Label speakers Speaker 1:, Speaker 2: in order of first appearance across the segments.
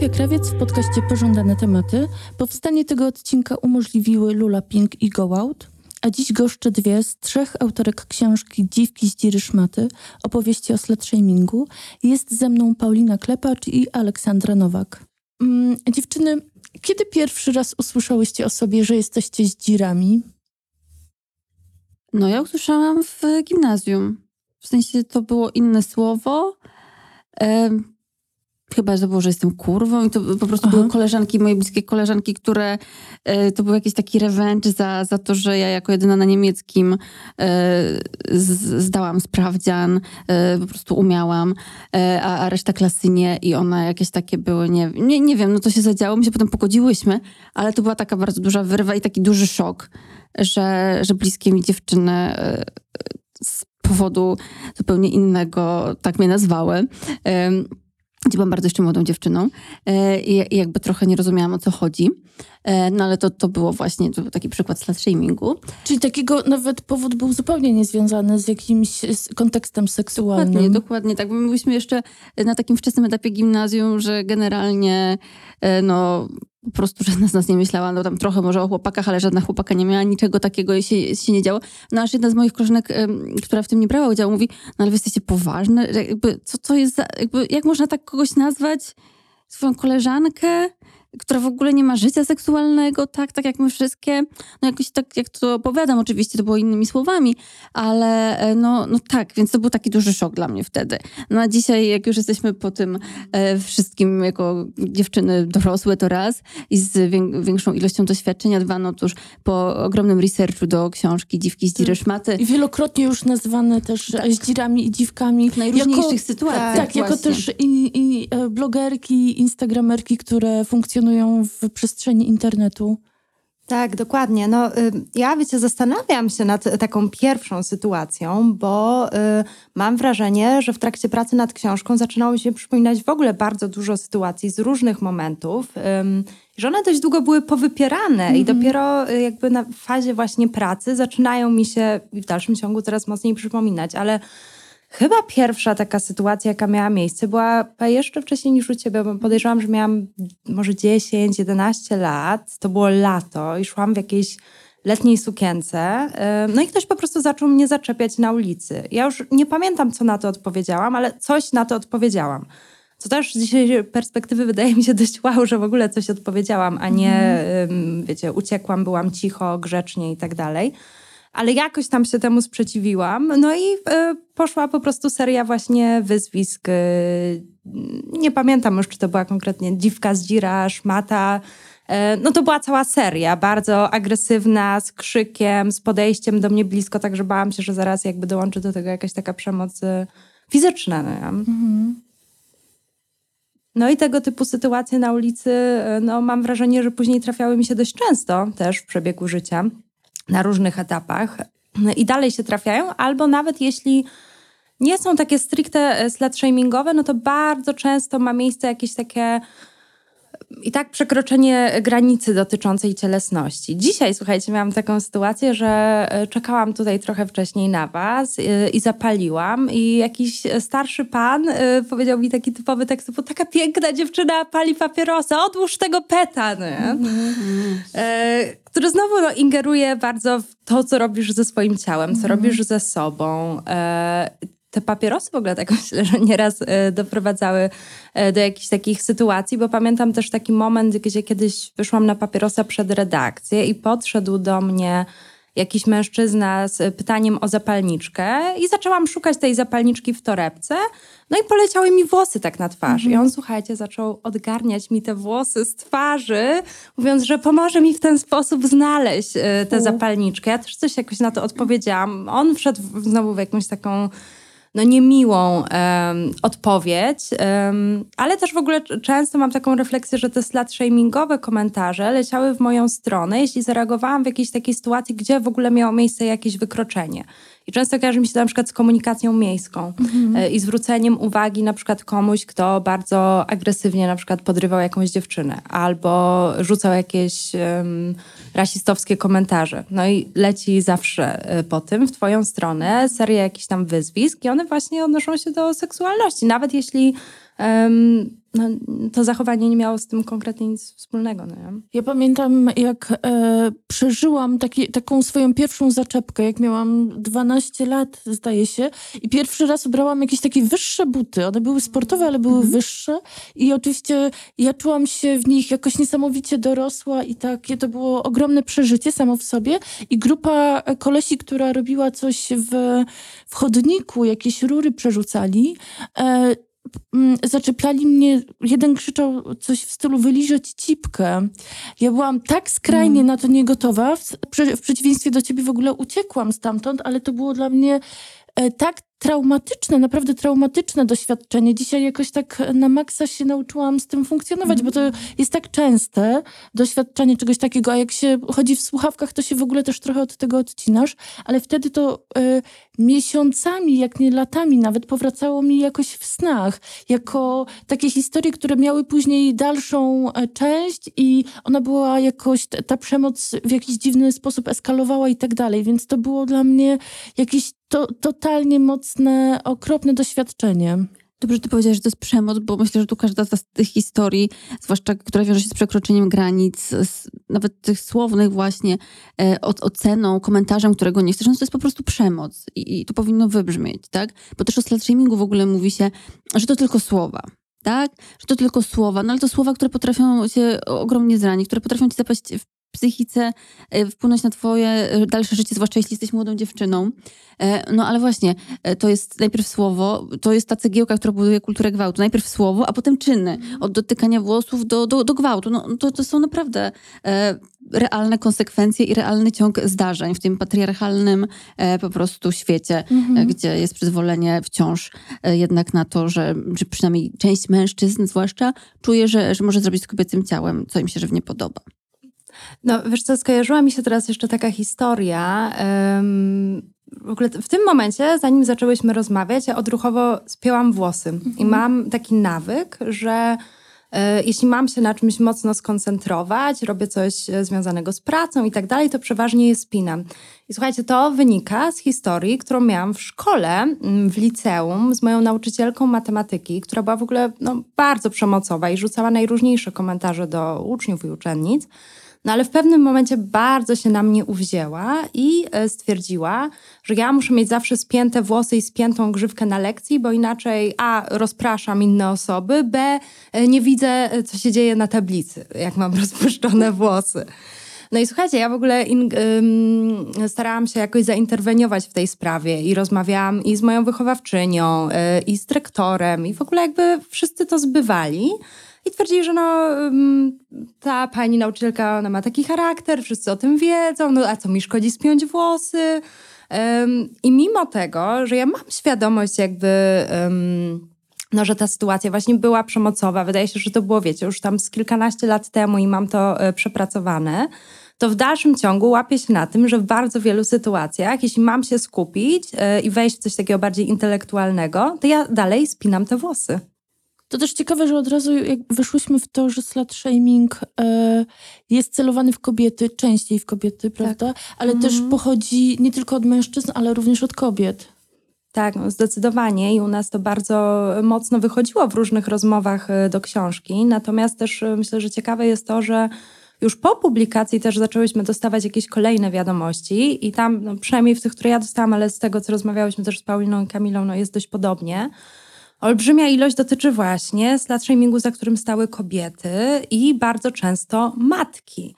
Speaker 1: Oliwia Krawiec w podcaście Pożądane tematy. Powstanie tego odcinka umożliwiły Lula Pink i Go Out, a dziś goszczę dwie z trzech autorek książki Dziwki z Dziry Szmaty, opowieści o slutshamingu. Jest ze mną Paulina Klepacz i Aleksandra Nowak. Dziewczyny, kiedy pierwszy raz usłyszałyście o sobie, że jesteście zdzirami?
Speaker 2: No ja usłyszałam w gimnazjum. W sensie to było inne słowo. Chyba, że było, że jestem kurwą i to po prostu były koleżanki, moje bliskie koleżanki, które to był jakiś taki revenge za to, że ja jako jedyna na niemieckim zdałam sprawdzian, po prostu umiałam, a reszta klasy nie i one jakieś takie były, nie wiem, no to się zadziało, my się potem pogodziłyśmy, ale to była taka bardzo duża wyrwa i taki duży szok, że bliskie mi dziewczyny z powodu zupełnie innego tak mnie nazwały. Gdzie byłam bardzo jeszcze młodą dziewczyną i jakby trochę nie rozumiałam, o co chodzi. No ale to było właśnie to był taki przykład slutshamingu.
Speaker 1: Czyli takiego nawet powód był zupełnie niezwiązany z jakimś kontekstem seksualnym.
Speaker 2: Dokładnie tak. My byliśmy jeszcze na takim wczesnym etapie gimnazjum, że generalnie po prostu żadna z nas nie myślała, no tam trochę może o chłopakach, ale żadna chłopaka nie miała, niczego takiego się nie działo. No aż jedna z moich koleżanek, która w tym nie brała udziału, mówi, no ale wy jesteście poważne, że jakby co to jest za, jakby, jak można tak kogoś nazwać, swoją koleżankę, która w ogóle nie ma życia seksualnego, tak jak my wszystkie. No jakoś tak, jak to opowiadam, oczywiście to było innymi słowami, ale no tak, więc to był taki duży szok dla mnie wtedy. No a dzisiaj, jak już jesteśmy po tym wszystkim jako dziewczyny dorosłe to raz i z większą ilością doświadczenia, dwa, no tuż po ogromnym researchu do książki Dziwki z Dziry Szmaty.
Speaker 1: I wielokrotnie już nazwane też zdzirami i dziwkami.
Speaker 2: W najróżniejszych sytuacjach.
Speaker 1: Tak, jako też i blogerki, instagramerki, które funkcjonują w przestrzeni internetu.
Speaker 3: Tak, dokładnie. No, ja, zastanawiam się nad taką pierwszą sytuacją, bo mam wrażenie, że w trakcie pracy nad książką zaczynało mi się przypominać w ogóle bardzo dużo sytuacji z różnych momentów, że one dość długo były powypierane i dopiero jakby na fazie właśnie pracy zaczynają mi się w dalszym ciągu coraz mocniej przypominać, ale chyba pierwsza taka sytuacja, jaka miała miejsce, była jeszcze wcześniej niż u ciebie, bo podejrzewam, że miałam może 10-11 lat. To było lato i szłam w jakiejś letniej sukience. No i ktoś po prostu zaczął mnie zaczepiać na ulicy. Ja już nie pamiętam, co na to odpowiedziałam, ale coś na to odpowiedziałam. Co też z dzisiejszej perspektywy wydaje mi się dość wow, że w ogóle coś odpowiedziałam, a nie, uciekłam, byłam cicho, grzecznie i tak dalej. Ale jakoś tam się temu sprzeciwiłam. No i poszła po prostu seria właśnie wyzwisk. Nie pamiętam już, czy to była konkretnie Dziwka z Dzira, Szmata. No to była cała seria, bardzo agresywna, z krzykiem, z podejściem do mnie blisko, także bałam się, że zaraz jakby dołączy do tego jakaś taka przemoc fizyczna. No i tego typu sytuacje na ulicy, no mam wrażenie, że później trafiały mi się dość często też w przebiegu życia. Na różnych etapach i dalej się trafiają, albo nawet jeśli nie są takie stricte slutshamingowe, no to bardzo często ma miejsce jakieś takie i tak przekroczenie granicy dotyczącej cielesności. Dzisiaj, słuchajcie, miałam taką sytuację, że czekałam tutaj trochę wcześniej na was i zapaliłam i jakiś starszy pan powiedział mi taki typowy tekst, bo taka piękna dziewczyna pali papierosa, odłóż tego peta, który znowu ingeruje bardzo w to, co robisz ze swoim ciałem, co robisz ze sobą. Te papierosy w ogóle tak myślę, że nieraz doprowadzały do jakichś takich sytuacji, bo pamiętam też taki moment, gdzie kiedyś wyszłam na papierosa przed redakcję i podszedł do mnie jakiś mężczyzna z pytaniem o zapalniczkę i zaczęłam szukać tej zapalniczki w torebce, no i poleciały mi włosy tak na twarz. I on, słuchajcie, zaczął odgarniać mi te włosy z twarzy, mówiąc, że pomoże mi w ten sposób znaleźć tę zapalniczkę. Ja też coś jakoś na to odpowiedziałam. On wszedł znowu w jakąś taką niemiłą odpowiedź, ale też w ogóle często mam taką refleksję, że te slutshamingowe komentarze leciały w moją stronę, jeśli zareagowałam w jakiejś takiej sytuacji, gdzie w ogóle miało miejsce jakieś wykroczenie. I często kojarzy mi się to na przykład z komunikacją miejską i zwróceniem uwagi na przykład komuś, kto bardzo agresywnie na przykład podrywał jakąś dziewczynę albo rzucał jakieś rasistowskie komentarze. No i leci zawsze po tym w twoją stronę seria jakichś tam wyzwisk i one właśnie odnoszą się do seksualności. Nawet jeśli no, to zachowanie nie miało z tym konkretnie nic wspólnego. No nie?
Speaker 1: Ja pamiętam, jak przeżyłam taką swoją pierwszą zaczepkę, jak miałam 12 lat, zdaje się, i pierwszy raz ubrałam jakieś takie wyższe buty. One były sportowe, ale były wyższe i oczywiście ja czułam się w nich jakoś niesamowicie dorosła i takie to było ogromne przeżycie samo w sobie. I grupa kolesi, która robiła coś w chodniku, jakieś rury przerzucali, zaczepiali mnie, jeden krzyczał coś w stylu wyliżeć cipkę. Ja byłam tak skrajnie na to niegotowa, w przeciwieństwie do ciebie w ogóle uciekłam stamtąd, ale to było dla mnie tak traumatyczne, naprawdę traumatyczne doświadczenie. Dzisiaj jakoś tak na maksa się nauczyłam z tym funkcjonować, bo to jest tak częste doświadczenie czegoś takiego, a jak się chodzi w słuchawkach, to się w ogóle też trochę od tego odcinasz, ale wtedy to miesiącami, jak nie latami nawet, powracało mi jakoś w snach, jako takie historie, które miały później dalszą część i ona była jakoś, ta przemoc w jakiś dziwny sposób eskalowała i tak dalej, więc to było dla mnie jakieś totalnie mocne, okropne doświadczenie.
Speaker 2: Dobrze, że ty powiedziałeś, że to jest przemoc, bo myślę, że tu każda z tych historii, zwłaszcza która wiąże się z przekroczeniem granic, nawet tych słownych właśnie, oceną, komentarzem, którego nie chcesz, no to jest po prostu przemoc i to powinno wybrzmieć, tak? Bo też o slut-shamingu w ogóle mówi się, że to tylko słowa. Tak? Że to tylko słowa, no ale to słowa, które potrafią cię ogromnie zranić, które potrafią ci zapaść w psychice, wpłynąć na twoje dalsze życie, zwłaszcza jeśli jesteś młodą dziewczyną. No ale właśnie, to jest najpierw słowo, to jest ta cegiełka, która buduje kulturę gwałtu. Najpierw słowo, a potem czyny. Od dotykania włosów do gwałtu. No, to są naprawdę realne konsekwencje i realny ciąg zdarzeń w tym patriarchalnym po prostu świecie, gdzie jest przyzwolenie wciąż jednak na to, że przynajmniej część mężczyzn zwłaszcza czuje, że może zrobić z kobiecym ciałem, co im się żywnie podoba.
Speaker 3: No wiesz co, skojarzyła mi się teraz jeszcze taka historia. W ogóle w tym momencie, zanim zaczęłyśmy rozmawiać, ja odruchowo spięłam włosy. I mam taki nawyk, że jeśli mam się na czymś mocno skoncentrować, robię coś związanego z pracą i tak dalej, to przeważnie je spinam. I słuchajcie, to wynika z historii, którą miałam w szkole, w liceum, z moją nauczycielką matematyki, która była w ogóle bardzo przemocowa i rzucała najróżniejsze komentarze do uczniów i uczennic. No ale w pewnym momencie bardzo się na mnie uwzięła i stwierdziła, że ja muszę mieć zawsze spięte włosy i spiętą grzywkę na lekcji, bo inaczej a. rozpraszam inne osoby, b. nie widzę, co się dzieje na tablicy, jak mam rozpuszczone włosy. No i słuchajcie, ja w ogóle starałam się jakoś zainterweniować w tej sprawie i rozmawiałam i z moją wychowawczynią, i z dyrektorem i w ogóle jakby wszyscy to zbywali. I twierdzili, że ta pani nauczycielka, ona ma taki charakter, wszyscy o tym wiedzą, no a co mi szkodzi spiąć włosy? I mimo tego, że ja mam świadomość jakby, że ta sytuacja właśnie była przemocowa, wydaje się, że to było, wiecie, już tam z kilkanaście lat temu i mam to przepracowane, to w dalszym ciągu łapię się na tym, że w bardzo wielu sytuacjach, jeśli mam się skupić i wejść w coś takiego bardziej intelektualnego, to ja dalej spinam te włosy.
Speaker 1: To też ciekawe, że od razu jak wyszłyśmy w to, że slut-shaming jest celowany w kobiety, częściej w kobiety, prawda? Tak. Ale też pochodzi nie tylko od mężczyzn, ale również od kobiet.
Speaker 3: Tak, no zdecydowanie i u nas to bardzo mocno wychodziło w różnych rozmowach do książki. Natomiast też myślę, że ciekawe jest to, że już po publikacji też zaczęłyśmy dostawać jakieś kolejne wiadomości i tam, przynajmniej w tych, które ja dostałam, ale z tego, co rozmawiałyśmy też z Pauliną i Kamilą, jest dość podobnie. Olbrzymia ilość dotyczy właśnie slut-shamingu, za którym stały kobiety i bardzo często matki.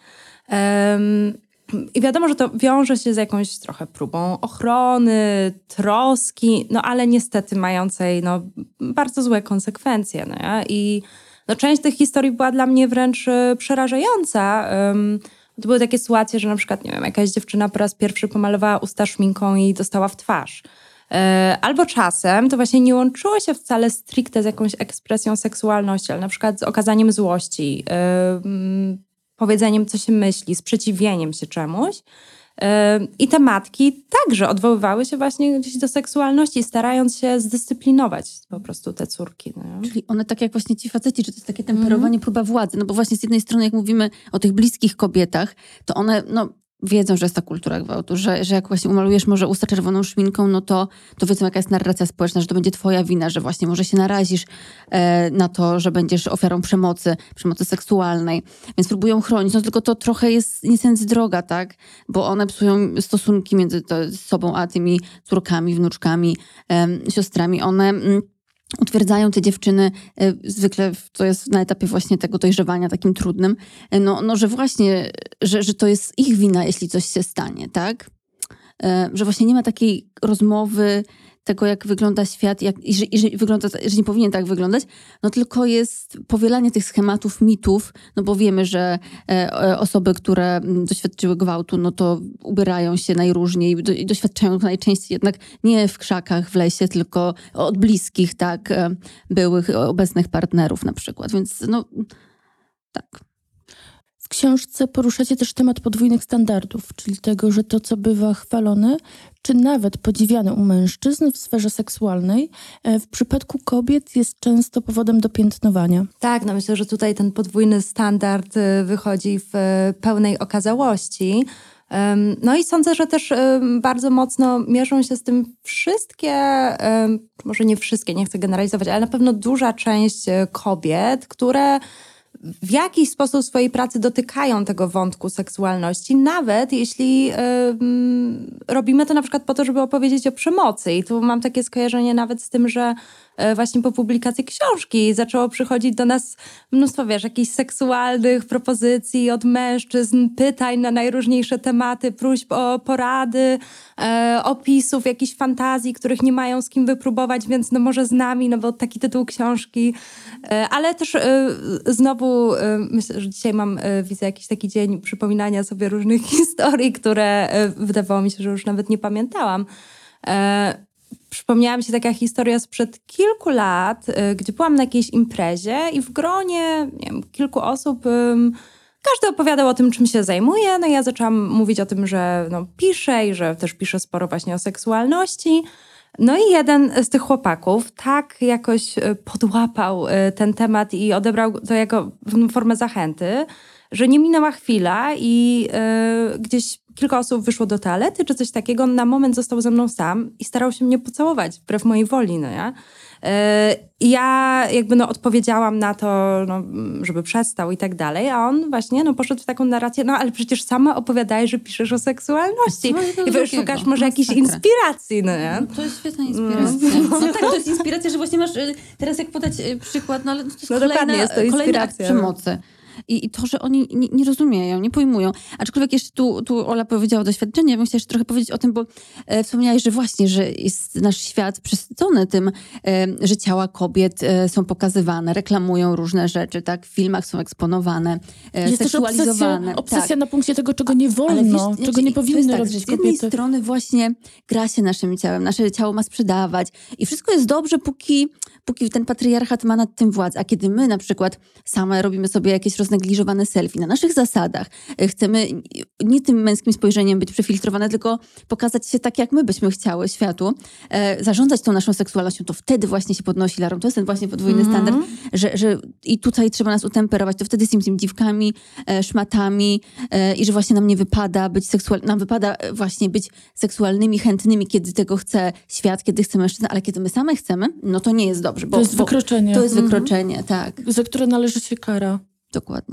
Speaker 3: I wiadomo, że to wiąże się z jakąś trochę próbą ochrony, troski, ale niestety mającej bardzo złe konsekwencje. I część tych historii była dla mnie wręcz przerażająca. To były takie sytuacje, że na przykład, nie wiem, jakaś dziewczyna po raz pierwszy pomalowała usta szminką i dostała w twarz. Albo czasem to właśnie nie łączyło się wcale stricte z jakąś ekspresją seksualności, ale na przykład z okazaniem złości, powiedzeniem, co się myśli, sprzeciwieniem się czemuś. I te matki także odwoływały się właśnie gdzieś do seksualności, starając się zdyscyplinować po prostu te córki. No.
Speaker 2: Czyli one tak jak właśnie ci faceci, że to jest takie temperowanie, próba władzy. No bo właśnie z jednej strony, jak mówimy o tych bliskich kobietach, to one wiedzą, że jest ta kultura gwałtu, że jak właśnie umalujesz może usta czerwoną szminką, no to wiedzą, jaka jest narracja społeczna, że to będzie twoja wina, że właśnie może się narazisz na to, że będziesz ofiarą przemocy seksualnej, więc próbują chronić. No tylko to trochę jest niestety droga, tak? Bo one psują stosunki między sobą a tymi córkami, wnuczkami, siostrami. One utwierdzają te dziewczyny, zwykle to jest na etapie właśnie tego dojrzewania takim trudnym, że właśnie, że to jest ich wina, jeśli coś się stanie, tak? Że właśnie nie ma takiej rozmowy tego, jak wygląda świat, że nie powinien tak wyglądać, no tylko jest powielanie tych schematów, mitów, no bo wiemy, że osoby, które doświadczyły gwałtu, no to ubierają się najróżniej i doświadczają najczęściej jednak nie w krzakach, w lesie, tylko od bliskich, tak, byłych, obecnych partnerów na przykład, więc no tak.
Speaker 1: W książce poruszacie też temat podwójnych standardów, czyli tego, że to, co bywa chwalone, czy nawet podziwiane u mężczyzn w sferze seksualnej, w przypadku kobiet jest często powodem do piętnowania.
Speaker 3: Tak, no myślę, że tutaj ten podwójny standard wychodzi w pełnej okazałości. No i sądzę, że też bardzo mocno mierzą się z tym wszystkie, może nie wszystkie, nie chcę generalizować, ale na pewno duża część kobiet, które w jakiś sposób w swojej pracy dotykają tego wątku seksualności, nawet jeśli robimy to na przykład po to, żeby opowiedzieć o przemocy. I tu mam takie skojarzenie nawet z tym, że właśnie po publikacji książki zaczęło przychodzić do nas mnóstwo, jakichś seksualnych propozycji od mężczyzn, pytań na najróżniejsze tematy, próśb o porady, opisów, jakichś fantazji, których nie mają z kim wypróbować, więc no może z nami, no bo taki tytuł książki. Ale też znowu myślę, że dzisiaj widzę jakiś taki dzień przypominania sobie różnych historii, które wydawało mi się, że już nawet nie pamiętałam. Przypomniała mi się taka historia sprzed kilku lat, gdzie byłam na jakiejś imprezie i w gronie, nie wiem, kilku osób każdy opowiadał o tym, czym się zajmuje. No i ja zaczęłam mówić o tym, że piszę i że też piszę sporo właśnie o seksualności. No i jeden z tych chłopaków tak jakoś podłapał ten temat i odebrał to jako formę zachęty, że nie minęła chwila i gdzieś kilka osób wyszło do toalety czy coś takiego. On na moment został ze mną sam i starał się mnie pocałować wbrew mojej woli, no ja. I ja jakby odpowiedziałam na to, żeby przestał i tak dalej, a on właśnie poszedł w taką narrację, ale przecież sama opowiadałeś, że piszesz o seksualności i szukasz może jakiejś inspiracji, no nie?
Speaker 2: To jest świetna inspiracja. No tak, to jest inspiracja, że właśnie masz, teraz jak podać przykład, ale to jest kolejny akt przemocy. I to, że oni nie rozumieją, nie pojmują. Aczkolwiek jeszcze tu Ola powiedziała o doświadczeniu, ja bym chciała jeszcze trochę powiedzieć o tym, bo wspomniałaś, że właśnie, że jest nasz świat przesycony tym, że ciała kobiet są pokazywane, reklamują różne rzeczy, tak? W filmach są eksponowane,
Speaker 1: jest
Speaker 2: seksualizowane.
Speaker 1: Też obsesja na punkcie tego, czego nie wolno, czego nie powinny robić kobiety.
Speaker 2: Z jednej strony właśnie gra się naszym ciałem, nasze ciało ma sprzedawać i wszystko jest dobrze, póki ten patriarchat ma nad tym władzę. A kiedy my na przykład same robimy sobie jakieś roznegliżowane selfie na naszych zasadach, chcemy nie tym męskim spojrzeniem być przefiltrowane, tylko pokazać się tak, jak my byśmy chciały światu, zarządzać tą naszą seksualnością, to wtedy właśnie się podnosi alarm. To jest ten właśnie podwójny standard, że i tutaj trzeba nas utemperować, to wtedy jesteśmy dziwkami, szmatami i że właśnie nam nie wypada być nam wypada właśnie być seksualnymi, chętnymi, kiedy tego chce świat, kiedy chce mężczyzna, ale kiedy my same chcemy, no to nie jest dobrze.
Speaker 1: To jest wykroczenie.
Speaker 2: To jest wykroczenie, tak.
Speaker 1: Za które należy się kara.
Speaker 2: Dokładnie.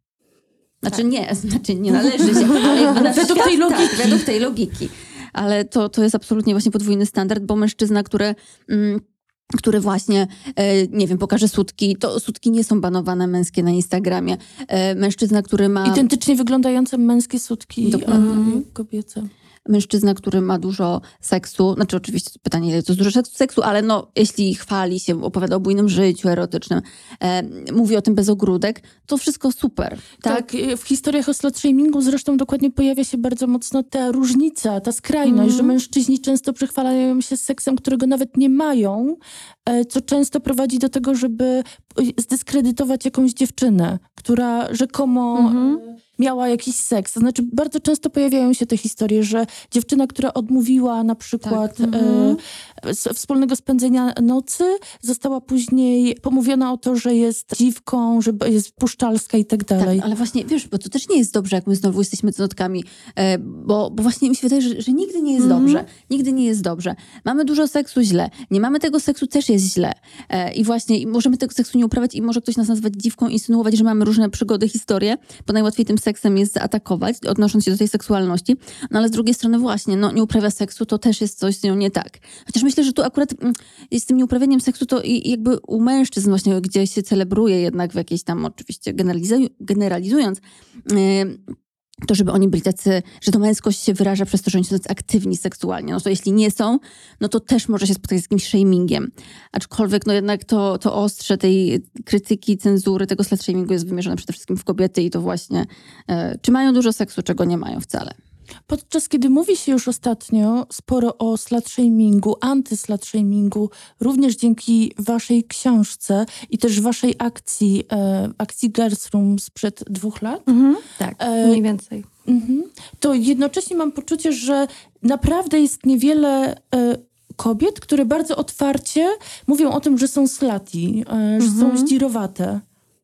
Speaker 2: Nie należy się. Ale
Speaker 1: według tej logiki.
Speaker 2: Tak, według tej logiki. Ale to jest absolutnie właśnie podwójny standard, bo mężczyzna, który właśnie, nie wiem, pokaże sutki, to sutki nie są banowane męskie na Instagramie. Mężczyzna, który ma...
Speaker 1: Identycznie wyglądające męskie sutki, kobiece.
Speaker 2: Mężczyzna, który ma dużo seksu, znaczy oczywiście pytanie, ile to jest dużo seksu, ale jeśli chwali się, opowiada o bujnym życiu erotycznym, mówi o tym bez ogródek, to wszystko super. Tak,
Speaker 1: w historiach o slut-shamingu zresztą dokładnie pojawia się bardzo mocno ta różnica, ta skrajność, że mężczyźni często przechwalają się seksem, którego nawet nie mają, co często prowadzi do tego, żeby zdyskredytować jakąś dziewczynę, która rzekomo miała jakiś seks. To znaczy bardzo często pojawiają się te historie, że dziewczyna, która odmówiła na przykład wspólnego spędzenia nocy, została później pomówiona o to, że jest dziwką, że jest puszczalska i tak dalej.
Speaker 2: Tak, ale właśnie, wiesz, bo to też nie jest dobrze, jak my znowu jesteśmy cynotkami, bo właśnie mi się wydaje, że nigdy nie jest dobrze. Nigdy nie jest dobrze. Mamy dużo seksu, źle. Nie mamy tego seksu, też jest źle. I właśnie możemy tego seksu nie uprawiać i może ktoś nas nazwać dziwką, insynuować, że mamy różne przygody, historie, bo najłatwiej tym seksem jest zaatakować, odnosząc się do tej seksualności. No ale z drugiej strony właśnie, nie uprawia seksu, to też jest coś z nią nie tak. Chociaż myślę, że tu akurat z tym nieuprawianiem seksu to i jakby u mężczyzn właśnie, gdzie się celebruje jednak w jakiejś tam, oczywiście generalizując, to żeby oni byli tacy, że to męskość się wyraża przez to, że oni są tacy aktywni seksualnie. No to jeśli nie są, no to też może się spotkać z jakimś shamingiem. Aczkolwiek no jednak to ostrze tej krytyki, cenzury, tego slut-shamingu jest wymierzone przede wszystkim w kobiety i to właśnie, czy mają dużo seksu, czego nie mają wcale.
Speaker 1: Podczas kiedy mówi się już ostatnio sporo o slut-shamingu, anty-slut-shamingu, również dzięki waszej książce i też waszej akcji Girls Room sprzed 2 lat.
Speaker 3: Tak, mniej więcej.
Speaker 1: To jednocześnie mam poczucie, że naprawdę jest niewiele kobiet, które bardzo otwarcie mówią o tym, że są slutty, że są zdzirowate.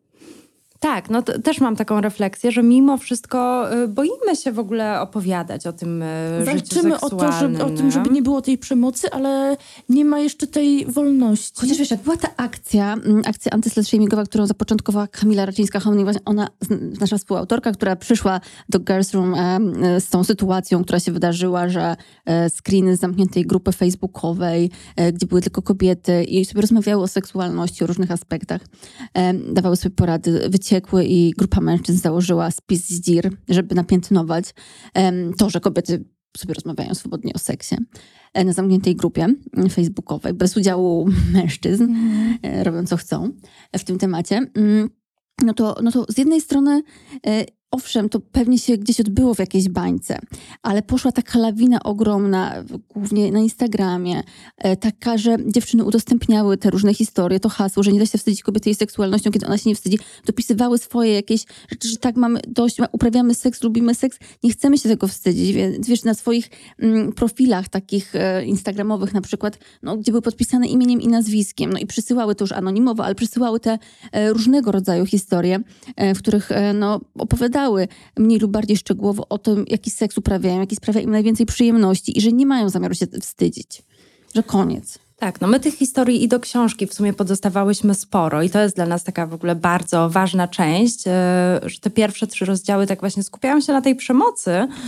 Speaker 3: Tak, no też mam taką refleksję, że mimo wszystko boimy się w ogóle opowiadać o tym życiu
Speaker 1: Walczymy
Speaker 3: seksualnym.
Speaker 1: o tym, żeby nie było tej przemocy, ale nie ma jeszcze tej wolności.
Speaker 2: Chociaż wiesz, jak była ta akcja antyslut-shamingowa, którą zapoczątkowała Kamila Raczyńska-Hołownia, ona, nasza współautorka, która przyszła do Girls Room z tą sytuacją, która się wydarzyła, że screeny z zamkniętej grupy facebookowej, gdzie były tylko kobiety i sobie rozmawiały o seksualności, o różnych aspektach, dawały sobie porady, wyciekły i grupa mężczyzn założyła spis zdzir, żeby napiętnować to, że kobiety sobie rozmawiają swobodnie o seksie na zamkniętej grupie facebookowej, bez udziału mężczyzn, robią co chcą w tym temacie. No to z jednej strony owszem, to pewnie się gdzieś odbyło w jakiejś bańce, ale poszła taka lawina ogromna, głównie na Instagramie, taka, że dziewczyny udostępniały te różne historie, to hasło, że nie da się wstydzić kobiety jej seksualnością, kiedy ona się nie wstydzi, dopisywały swoje jakieś rzeczy, że tak mamy dość, uprawiamy seks, lubimy seks, nie chcemy się tego wstydzić, więc wiesz, na swoich profilach takich instagramowych na przykład, no, gdzie były podpisane imieniem i nazwiskiem, no i przysyłały to już anonimowo, ale przysyłały te różnego rodzaju historie, w których opowiadały mniej lub bardziej szczegółowo o tym, jaki seks uprawiają, jaki sprawia im najwięcej przyjemności i że nie mają zamiaru się wstydzić. Że koniec.
Speaker 3: Tak, no my tych historii i do książki w sumie pozostawałyśmy sporo i to jest dla nas taka w ogóle bardzo ważna część, że te pierwsze 3 rozdziały tak właśnie skupiają się na tej przemocy,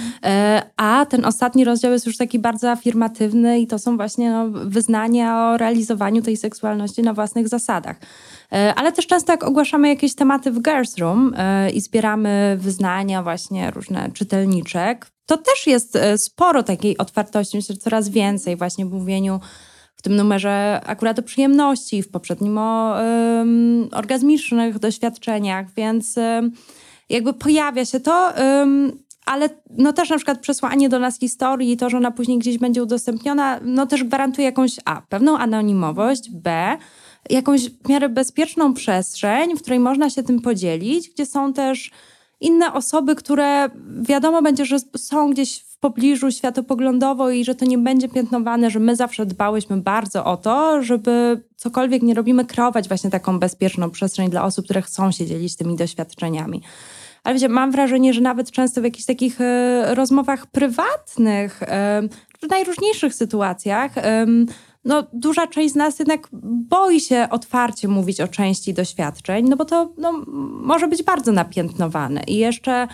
Speaker 3: a ten ostatni rozdział jest już taki bardzo afirmatywny i to są właśnie wyznania o realizowaniu tej seksualności na własnych zasadach. Ale też często jak ogłaszamy jakieś tematy w Girls Room i zbieramy wyznania właśnie różne czytelniczek, to też jest sporo takiej otwartości, myślę, że coraz więcej właśnie w mówieniu w tym numerze akurat o przyjemności, w poprzednim o orgazmicznych doświadczeniach, więc jakby pojawia się to, ale no też na przykład przesłanie do nas historii i to, że ona później gdzieś będzie udostępniona, no też gwarantuje jakąś pewną anonimowość, jakąś w miarę bezpieczną przestrzeń, w której można się tym podzielić, gdzie są też inne osoby, które wiadomo będzie, że są gdzieś w pobliżu światopoglądowo i że to nie będzie piętnowane, że my zawsze dbałyśmy bardzo o to, żeby cokolwiek nie robimy, kreować właśnie taką bezpieczną przestrzeń dla osób, które chcą się dzielić tymi doświadczeniami. Ale wiecie, mam wrażenie, że nawet często w jakichś takich rozmowach prywatnych, w najróżniejszych sytuacjach, duża część z nas jednak boi się otwarcie mówić o części doświadczeń, no bo to może być bardzo napiętnowane. I jeszcze,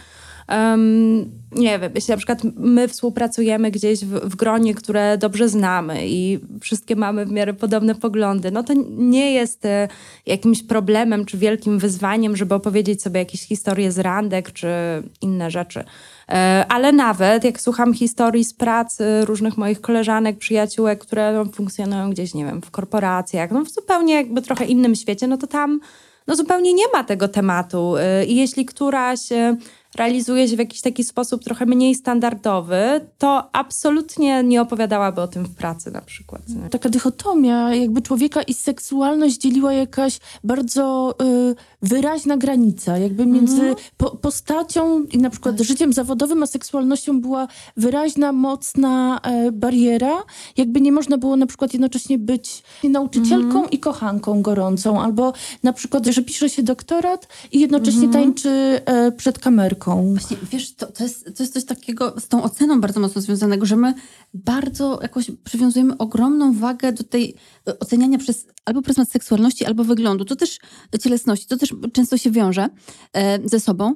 Speaker 3: nie wiem, jeśli na przykład my współpracujemy gdzieś w gronie, które dobrze znamy i wszystkie mamy w miarę podobne poglądy, no to nie jest jakimś problemem czy wielkim wyzwaniem, żeby opowiedzieć sobie jakieś historie z randek czy inne rzeczy. Ale nawet jak słucham historii z pracy różnych moich koleżanek, przyjaciółek, które funkcjonują gdzieś, nie wiem, w korporacjach, w zupełnie jakby trochę innym świecie, no to tam zupełnie nie ma tego tematu. I jeśli któraś realizuje się w jakiś taki sposób trochę mniej standardowy, to absolutnie nie opowiadałaby o tym w pracy na przykład. Nie?
Speaker 1: Taka dychotomia jakby człowieka i seksualność dzieliła jakaś bardzo wyraźna granica. Jakby między postacią i na przykład życiem zawodowym a seksualnością była wyraźna, mocna bariera. Jakby nie można było na przykład jednocześnie być nauczycielką i kochanką gorącą. Albo na przykład, że pisze się doktorat i jednocześnie tańczy przed kamerką.
Speaker 2: Właśnie, wiesz, to jest coś takiego z tą oceną bardzo mocno związanego, że my bardzo jakoś przywiązujemy ogromną wagę do tej oceniania albo pryzmat seksualności, albo wyglądu. To też cielesności, to też często się wiąże ze sobą.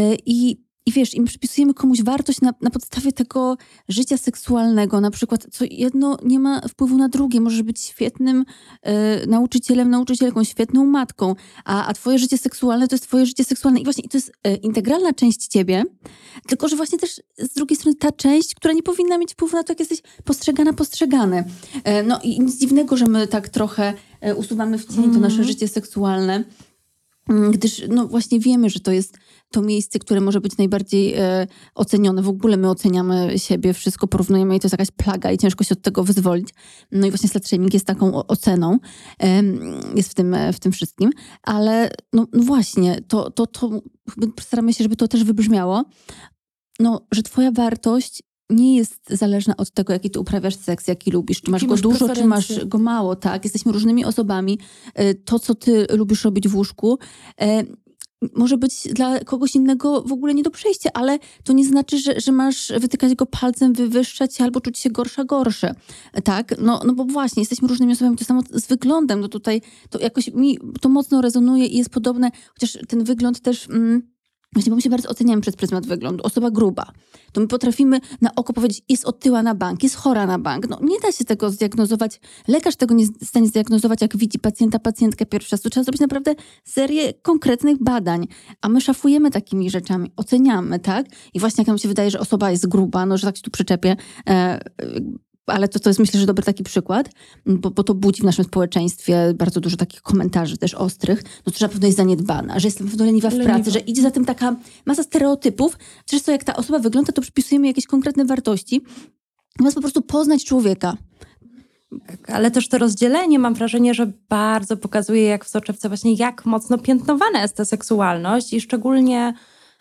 Speaker 2: I wiesz, im przypisujemy komuś wartość na podstawie tego życia seksualnego, na przykład, co jedno nie ma wpływu na drugie. Możesz być świetnym nauczycielem, nauczycielką, świetną matką, a twoje życie seksualne to jest twoje życie seksualne. I właśnie to jest integralna część ciebie, tylko że właśnie też z drugiej strony ta część, która nie powinna mieć wpływu na to, jak jesteś postrzegany. No i nic dziwnego, że my tak trochę usuwamy w cień to nasze życie seksualne, gdyż no właśnie wiemy, że to jest to miejsce, które może być najbardziej ocenione. W ogóle my oceniamy siebie, wszystko porównujemy i to jest jakaś plaga i ciężko się od tego wyzwolić. No i właśnie slut-shaming jest taką oceną, jest w tym wszystkim. Ale no właśnie, to staramy się, żeby to też wybrzmiało, no, że twoja wartość nie jest zależna od tego, jaki ty uprawiasz seks, jaki lubisz. Czy masz go dużo, czy masz go mało, tak? Jesteśmy różnymi osobami. To, co ty lubisz robić w łóżku, może być dla kogoś innego w ogóle nie do przejścia, ale to nie znaczy, że masz wytykać go palcem, wywyższać się albo czuć się gorsze. Tak? No bo właśnie, jesteśmy różnymi osobami. To samo z wyglądem. No tutaj to jakoś mi to mocno rezonuje i jest podobne, chociaż ten wygląd też... Właśnie, bo my się bardzo oceniamy przez pryzmat wyglądu. Osoba gruba. To my potrafimy na oko powiedzieć, jest otyła na bank, jest chora na bank. No nie da się tego zdiagnozować. Lekarz tego nie jest w stanie zdiagnozować, jak widzi pacjentkę pierwszy raz. To trzeba zrobić naprawdę serię konkretnych badań. A my szafujemy takimi rzeczami, oceniamy, tak? I właśnie jak nam się wydaje, że osoba jest gruba, no że tak się tu przyczepię, ale to jest myślę, że dobry taki przykład, bo to budzi w naszym społeczeństwie bardzo dużo takich komentarzy też ostrych, no to na pewno jest zaniedbana, że jest na pewno leniwa w pracy, że idzie za tym taka masa stereotypów. Często jak ta osoba wygląda, to przypisujemy jakieś konkretne wartości, zamiast po prostu poznać człowieka.
Speaker 3: Ale też to rozdzielenie, mam wrażenie, że bardzo pokazuje, jak w soczewce właśnie, jak mocno piętnowana jest ta seksualność i szczególnie...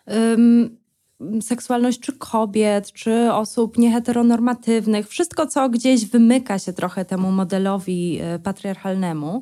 Speaker 3: seksualność czy kobiet, czy osób nieheteronormatywnych, wszystko, co gdzieś wymyka się trochę temu modelowi patriarchalnemu.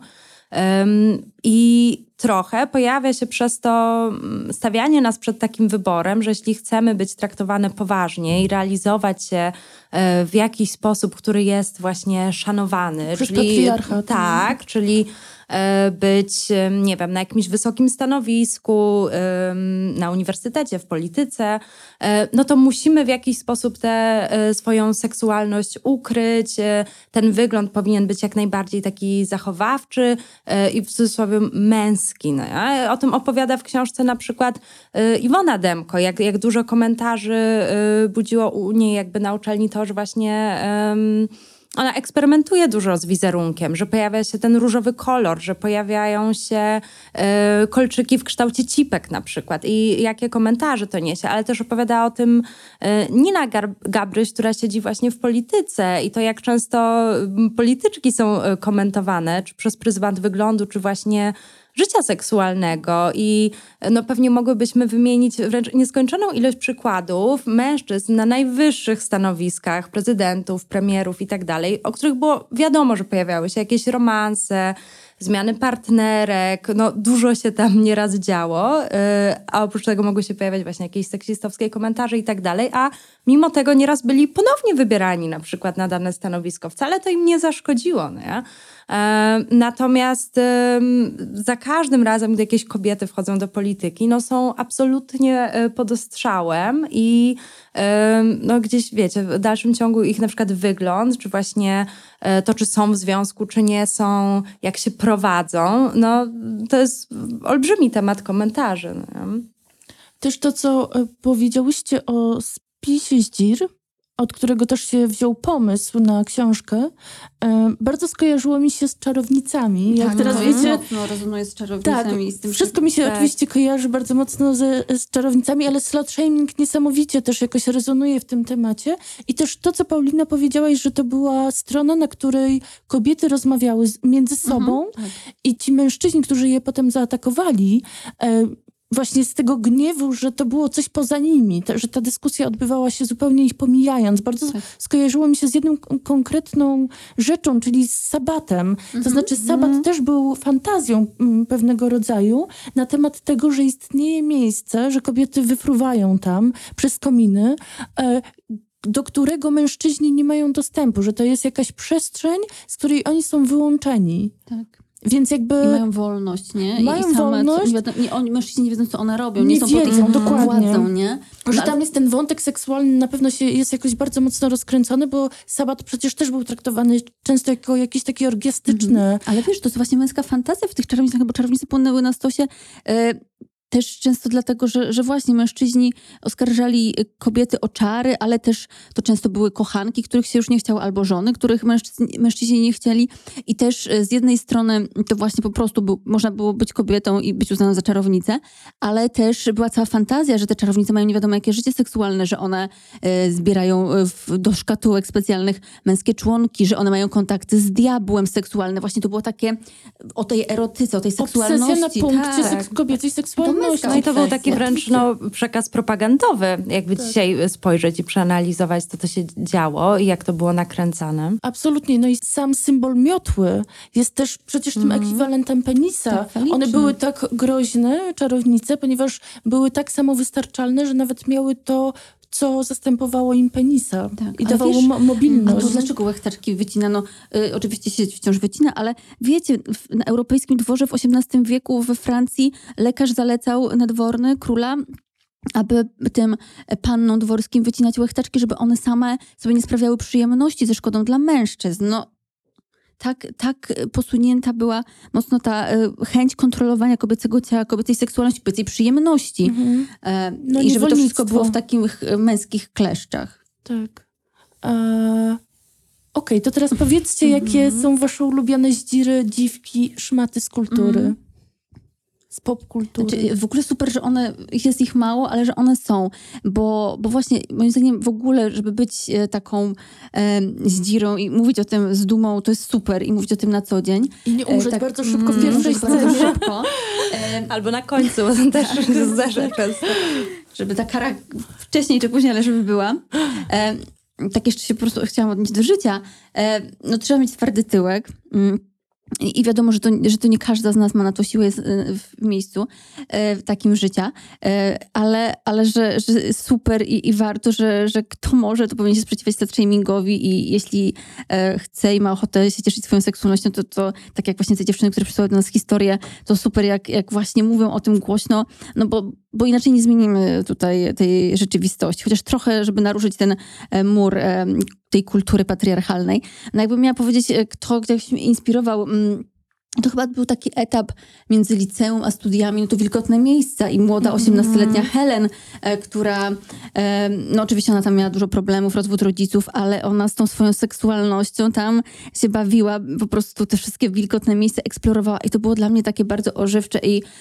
Speaker 3: I trochę pojawia się przez to stawianie nas przed takim wyborem, że jeśli chcemy być traktowane poważnie i realizować się w jakiś sposób, który jest właśnie szanowany.
Speaker 1: Przez patriarchat.
Speaker 3: Tak, czyli być, nie wiem, na jakimś wysokim stanowisku, na uniwersytecie, w polityce, no to musimy w jakiś sposób tę swoją seksualność ukryć. Ten wygląd powinien być jak najbardziej taki zachowawczy i w cudzysłowie męski. No, o tym opowiada w książce na przykład Iwona Demko, jak dużo komentarzy budziło u niej jakby na uczelni to, że właśnie... Ona eksperymentuje dużo z wizerunkiem, że pojawia się ten różowy kolor, że pojawiają się kolczyki w kształcie cipek na przykład i jakie komentarze to niesie, ale też opowiada o tym Nina Gabryś, która siedzi właśnie w polityce i to jak często polityczki są komentowane, czy przez pryzmat wyglądu, czy właśnie życia seksualnego i no pewnie mogłybyśmy wymienić wręcz nieskończoną ilość przykładów mężczyzn na najwyższych stanowiskach, prezydentów, premierów i tak dalej, o których było wiadomo, że pojawiały się jakieś romanse, zmiany partnerek, no dużo się tam nieraz działo, a oprócz tego mogły się pojawiać właśnie jakieś seksistowskie komentarze i tak dalej, a mimo tego nieraz byli ponownie wybierani na przykład na dane stanowisko. Wcale to im nie zaszkodziło, nie? Natomiast za każdym razem, gdy jakieś kobiety wchodzą do polityki, no są absolutnie pod ostrzałem i no gdzieś, wiecie, w dalszym ciągu ich na przykład wygląd, czy właśnie to, czy są w związku, czy nie są, jak się prowadzą, no to jest olbrzymi temat komentarzy. No.
Speaker 1: Też to, co powiedziałyście o spisie Zdzir, od którego też się wziął pomysł na książkę, bardzo skojarzyło mi się z czarownicami. Jak teraz wiecie,
Speaker 2: mocno rezonuje z czarownicami.
Speaker 1: Tak,
Speaker 2: z tym,
Speaker 1: wszystko mi się oczywiście kojarzy bardzo mocno z czarownicami, ale slut shaming niesamowicie też jakoś rezonuje w tym temacie. I też to, co Paulina powiedziałaś, że to była strona, na której kobiety rozmawiały między sobą i ci mężczyźni, którzy je potem zaatakowali, właśnie z tego gniewu, że to było coś poza nimi, że ta dyskusja odbywała się zupełnie ich pomijając. Bardzo skojarzyło mi się z jedną konkretną rzeczą, czyli z sabatem. To znaczy sabat też był fantazją pewnego rodzaju na temat tego, że istnieje miejsce, że kobiety wyfruwają tam przez kominy, do którego mężczyźni nie mają dostępu, że to jest jakaś przestrzeń, z której oni są wyłączeni.
Speaker 2: Tak.
Speaker 1: Więc jakby...
Speaker 2: I mają wolność, nie?
Speaker 1: Mają
Speaker 2: I
Speaker 1: wolność.
Speaker 2: Oni, mężczyźni nie wiedzą, co one robią.
Speaker 1: Nie
Speaker 2: są
Speaker 1: wiedzą,
Speaker 2: pod ich
Speaker 1: dokładnie.
Speaker 2: władzą, nie?
Speaker 1: Że tam jest ten wątek seksualny, na pewno jest jakoś bardzo mocno rozkręcony, bo sabat przecież też był traktowany często jako jakieś takie orgiastyczne.
Speaker 2: Ale wiesz, to jest właśnie męska fantazja w tych czarownicach, bo czarownice płynęły na stosie też często dlatego, że właśnie mężczyźni oskarżali kobiety o czary, ale też to często były kochanki, których się już nie chciało, albo żony, których mężczyźni nie chcieli. I też z jednej strony to właśnie po prostu można było być kobietą i być uznaną za czarownicę, ale też była cała fantazja, że te czarownice mają nie wiadomo jakie życie seksualne, że one zbierają do szkatułek specjalnych męskie członki, że one mają kontakty z diabłem seksualne. Właśnie to było takie o tej erotyce, o tej seksualności.
Speaker 1: Obsesja na punkcie kobiecej seksualności.
Speaker 3: No i to był taki wręcz przekaz propagandowy, jakby dzisiaj spojrzeć i przeanalizować, co to się działo i jak to było nakręcane.
Speaker 1: Absolutnie. No i sam symbol miotły jest też przecież tym ekwiwalentem penisa. One były tak groźne, czarownice, ponieważ były tak samowystarczalne, że nawet miały to, co zastępowało im penisa i dawało mobilność.
Speaker 2: A to dlaczego łechtaczki wycina? No oczywiście się wciąż wycina, ale wiecie, na europejskim dworze w XVIII wieku we Francji lekarz zalecał nadworny króla, aby tym pannom dworskim wycinać łechtaczki, żeby one same sobie nie sprawiały przyjemności ze szkodą dla mężczyzn. No, tak posunięta była mocno ta chęć kontrolowania kobiecego ciała, kobiecej seksualności, kobiecej przyjemności. I żeby to wszystko było w takich męskich kleszczach.
Speaker 1: Tak. Okej, to teraz powiedzcie, jakie są wasze ulubione zdziry, dziwki, szmaty z kultury. Z popkultury.
Speaker 2: Znaczy, w ogóle super, że jest ich mało, ale że one są. Bo właśnie moim zdaniem w ogóle, żeby być taką zdzirą i mówić o tym z dumą, to jest super i mówić o tym na co dzień.
Speaker 1: I nie umrzeć bardzo szybko w pierwszej scenie.
Speaker 2: Szybko.
Speaker 3: Albo na końcu, bo to też się zdarza często.
Speaker 2: Żeby ta kara wcześniej czy później, ale żeby była. Tak jeszcze się po prostu chciałam odnieść do życia. No trzeba mieć twardy tyłek. I wiadomo, że to nie każda z nas ma na to siłę w miejscu takim życia, ale że super i warto, że kto może, to powinien się sprzeciwiać slut-shamingowi i jeśli chce i ma ochotę się cieszyć swoją seksualnością, to tak jak właśnie te dziewczyny, które przysłały do nas historię, to super jak właśnie mówią o tym głośno, no bo inaczej nie zmienimy tutaj tej rzeczywistości. Chociaż trochę, żeby naruszyć ten mur tej kultury patriarchalnej. No jakbym miała powiedzieć, kto gdzieś mnie inspirował, to chyba był taki etap między liceum a studiami, no to Wilgotne miejsca i młoda 18-letnia Helen, która, no oczywiście ona tam miała dużo problemów, rozwód rodziców, ale ona z tą swoją seksualnością tam się bawiła, po prostu te wszystkie wilgotne miejsca eksplorowała i to było dla mnie takie bardzo ożywcze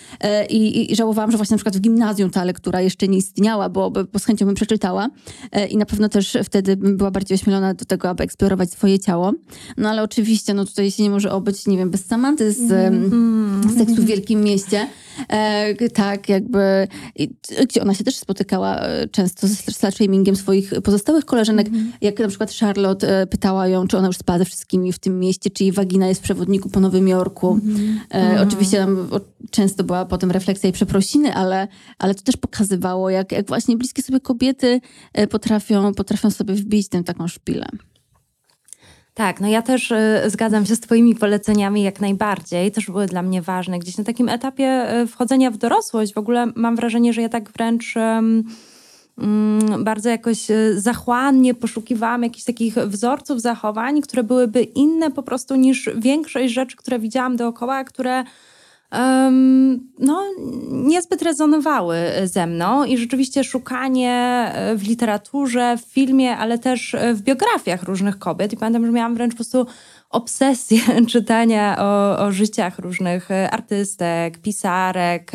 Speaker 2: i żałowałam, że właśnie na przykład w gimnazjum ta lektura jeszcze nie istniała, bo z chęcią bym przeczytała i na pewno też wtedy bym była bardziej ośmielona do tego, aby eksplorować swoje ciało. No ale oczywiście, no tutaj się nie może obyć, nie wiem, bez Samanty z Seksu w Wielkim Mieście. Tak, jakby... Gdzie ona się też spotykała często ze slut-shamingiem swoich pozostałych koleżanek. Jak na przykład Charlotte pytała ją, czy ona już spała ze wszystkimi w tym mieście, czy jej wagina jest w przewodniku po Nowym Jorku. Oczywiście tam często była potem refleksja i przeprosiny, ale to też pokazywało, jak właśnie bliskie sobie kobiety potrafią sobie wbić tę taką szpilę.
Speaker 3: Tak, no ja też zgadzam się z twoimi poleceniami jak najbardziej. Też były dla mnie ważne. Gdzieś na takim etapie wchodzenia w dorosłość w ogóle mam wrażenie, że ja tak wręcz bardzo jakoś zachłannie poszukiwałam jakichś takich wzorców zachowań, które byłyby inne po prostu niż większość rzeczy, które widziałam dookoła, które niezbyt rezonowały ze mną i rzeczywiście szukanie w literaturze, w filmie, ale też w biografiach różnych kobiet. I pamiętam, że miałam wręcz po prostu obsesję czytania o życiach różnych artystek, pisarek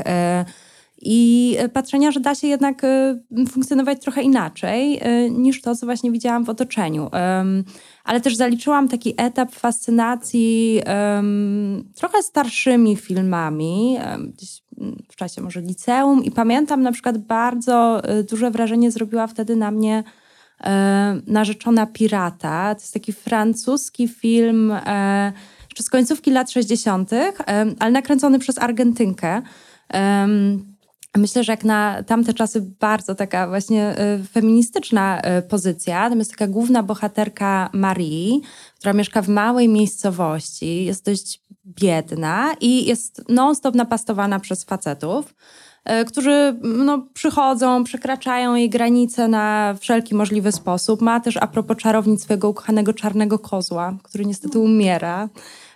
Speaker 3: i patrzenia, że da się jednak funkcjonować trochę inaczej niż to, co właśnie widziałam w otoczeniu. Ale też zaliczyłam taki etap fascynacji trochę starszymi filmami, gdzieś w czasie może liceum i pamiętam na przykład bardzo duże wrażenie zrobiła wtedy na mnie Narzeczona pirata. To jest taki francuski film jeszcze z końcówki lat 60., ale nakręcony przez Argentynkę. Myślę, że jak na tamte czasy bardzo taka właśnie feministyczna pozycja. Tam jest taka główna bohaterka Marie, która mieszka w małej miejscowości, jest dość biedna i jest non-stop napastowana przez facetów, którzy przychodzą, przekraczają jej granice na wszelki możliwy sposób. Ma też a propos czarownic swojego ukochanego czarnego kozła, który niestety umiera.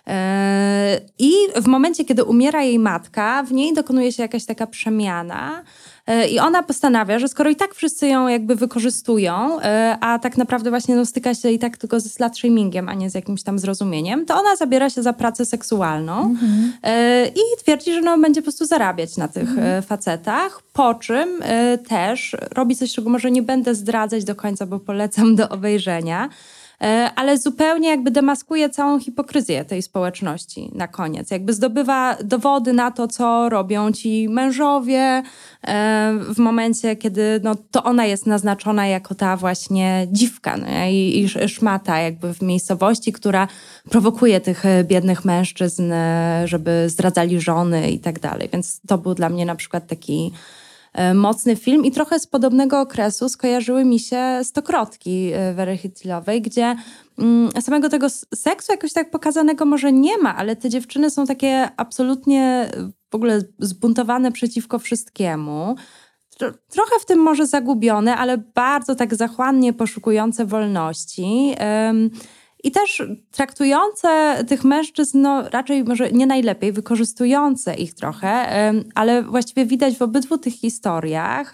Speaker 3: I w momencie, kiedy umiera jej matka, w niej dokonuje się jakaś taka przemiana i ona postanawia, że skoro i tak wszyscy ją jakby wykorzystują, a tak naprawdę właśnie styka się i tak tylko ze slut-shamingiem, a nie z jakimś tam zrozumieniem, to ona zabiera się za pracę seksualną i twierdzi, że będzie po prostu zarabiać na tych facetach, po czym też robi coś, czego może nie będę zdradzać do końca, bo polecam do obejrzenia, ale zupełnie jakby demaskuje całą hipokryzję tej społeczności na koniec. Jakby zdobywa dowody na to, co robią ci mężowie w momencie, kiedy to ona jest naznaczona jako ta właśnie dziwka i szmata jakby w miejscowości, która prowokuje tych biednych mężczyzn, żeby zdradzali żony i tak dalej. Więc to był dla mnie na przykład taki mocny film i trochę z podobnego okresu skojarzyły mi się Stokrotki Wery Chytilowej, gdzie samego tego seksu jakoś tak pokazanego może nie ma, ale te dziewczyny są takie absolutnie w ogóle zbuntowane przeciwko wszystkiemu. Trochę w tym może zagubione, ale bardzo tak zachłannie poszukujące wolności. I też traktujące tych mężczyzn, raczej może nie najlepiej, wykorzystujące ich trochę, ale właściwie widać w obydwu tych historiach,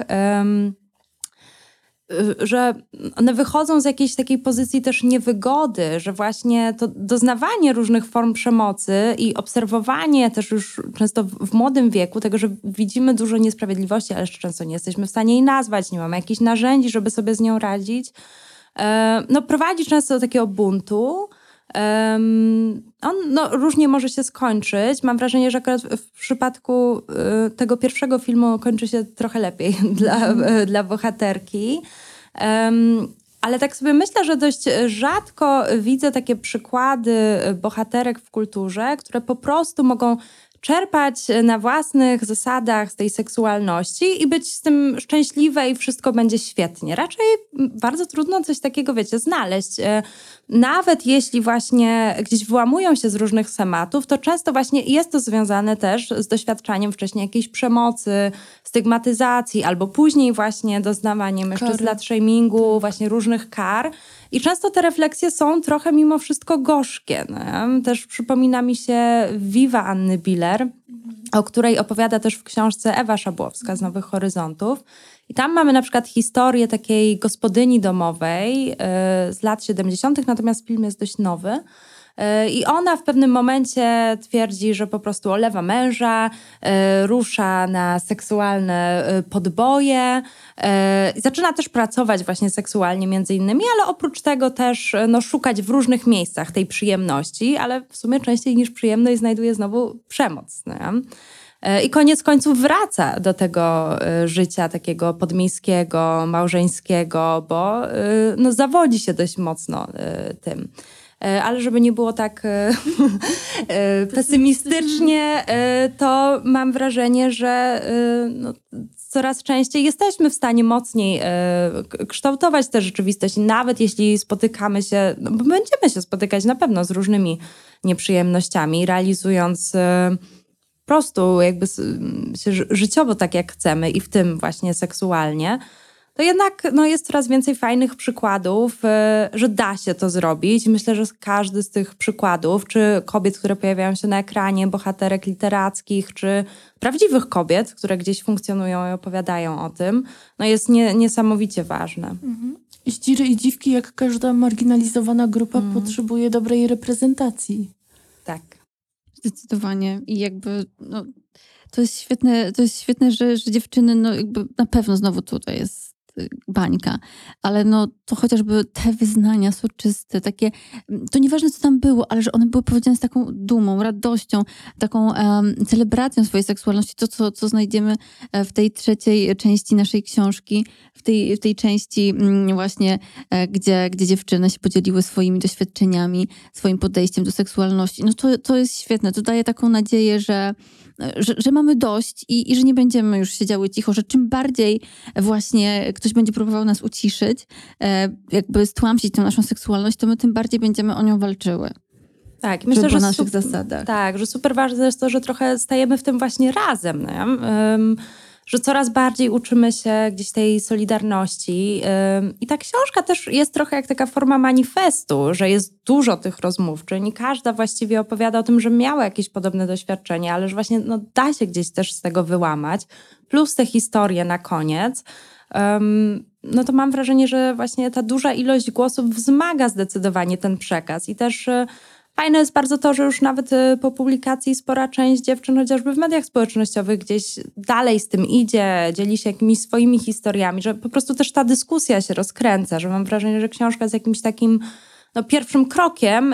Speaker 3: że one wychodzą z jakiejś takiej pozycji też niewygody, że właśnie to doznawanie różnych form przemocy i obserwowanie też już często w młodym wieku tego, że widzimy dużo niesprawiedliwości, ale jeszcze często nie jesteśmy w stanie jej nazwać, nie mamy jakichś narzędzi, żeby sobie z nią radzić, prowadzi często do takiego buntu. On różnie może się skończyć. Mam wrażenie, że akurat w przypadku tego pierwszego filmu kończy się trochę lepiej dla bohaterki. Ale tak sobie myślę, że dość rzadko widzę takie przykłady bohaterek w kulturze, które po prostu mogą czerpać na własnych zasadach z tej seksualności i być z tym szczęśliwe i wszystko będzie świetnie. Raczej bardzo trudno coś takiego, znaleźć. Nawet jeśli właśnie gdzieś wyłamują się z różnych schematów, to często właśnie jest to związane też z doświadczaniem wcześniej jakiejś przemocy, stygmatyzacji, albo później właśnie doznawaniem jeszcze slut-shamingu, właśnie różnych kar. I często te refleksje są trochę mimo wszystko gorzkie. Też przypomina mi się Viva Anny Biller, o której opowiada też w książce Ewa Szabłowska z Nowych Horyzontów. I tam mamy na przykład historię takiej gospodyni domowej z lat 70., natomiast film jest dość nowy. I ona w pewnym momencie twierdzi, że po prostu olewa męża, rusza na seksualne podboje. Zaczyna też pracować właśnie seksualnie między innymi, ale oprócz tego też szukać w różnych miejscach tej przyjemności, ale w sumie częściej niż przyjemność znajduje znowu przemoc. I koniec końców wraca do tego życia takiego podmiejskiego, małżeńskiego, bo zawodzi się dość mocno tym. Ale żeby nie było tak pesymistycznie, to mam wrażenie, że coraz częściej jesteśmy w stanie mocniej kształtować tę rzeczywistość. Nawet jeśli spotykamy się, bo będziemy się spotykać na pewno z różnymi nieprzyjemnościami, realizując po prostu jakby się życiowo tak jak chcemy i w tym właśnie seksualnie. to jednak jest coraz więcej fajnych przykładów, że da się to zrobić. Myślę, że każdy z tych przykładów, czy kobiet, które pojawiają się na ekranie, bohaterek literackich, czy prawdziwych kobiet, które gdzieś funkcjonują i opowiadają o tym, jest niesamowicie ważne.
Speaker 1: Zdziry i dziwki, jak każda marginalizowana grupa, potrzebuje dobrej reprezentacji.
Speaker 3: Tak.
Speaker 2: Zdecydowanie. I jakby to jest świetne, że dziewczyny, jakby na pewno znowu tutaj jest bańka, ale to chociażby te wyznania soczyste, takie, to nieważne co tam było, ale że one były powiedziane z taką dumą, radością, taką celebracją swojej seksualności, to co znajdziemy w tej trzeciej części naszej książki, w tej części właśnie, gdzie dziewczyny się podzieliły swoimi doświadczeniami, swoim podejściem do seksualności. To jest świetne, to daje taką nadzieję, że mamy dość i że nie będziemy już siedziały cicho, że czym bardziej właśnie ktoś będzie próbował nas uciszyć, jakby stłamsić tę naszą seksualność, to my tym bardziej będziemy o nią walczyły.
Speaker 3: Tak, myślę, że
Speaker 2: po naszych zasadach.
Speaker 3: Tak, że super ważne jest to, że trochę stajemy w tym właśnie razem, nie? Że coraz bardziej uczymy się gdzieś tej solidarności. I ta książka też jest trochę jak taka forma manifestu, że jest dużo tych rozmówczyń i każda właściwie opowiada o tym, że miała jakieś podobne doświadczenie, ale że właśnie da się gdzieś też z tego wyłamać. Plus te historie na koniec. To mam wrażenie, że właśnie ta duża ilość głosów wzmaga zdecydowanie ten przekaz i też fajne jest bardzo to, że już nawet po publikacji spora część dziewczyn, chociażby w mediach społecznościowych, gdzieś dalej z tym idzie, dzieli się jakimiś swoimi historiami, że po prostu też ta dyskusja się rozkręca, że mam wrażenie, że książka jest jakimś takim pierwszym krokiem,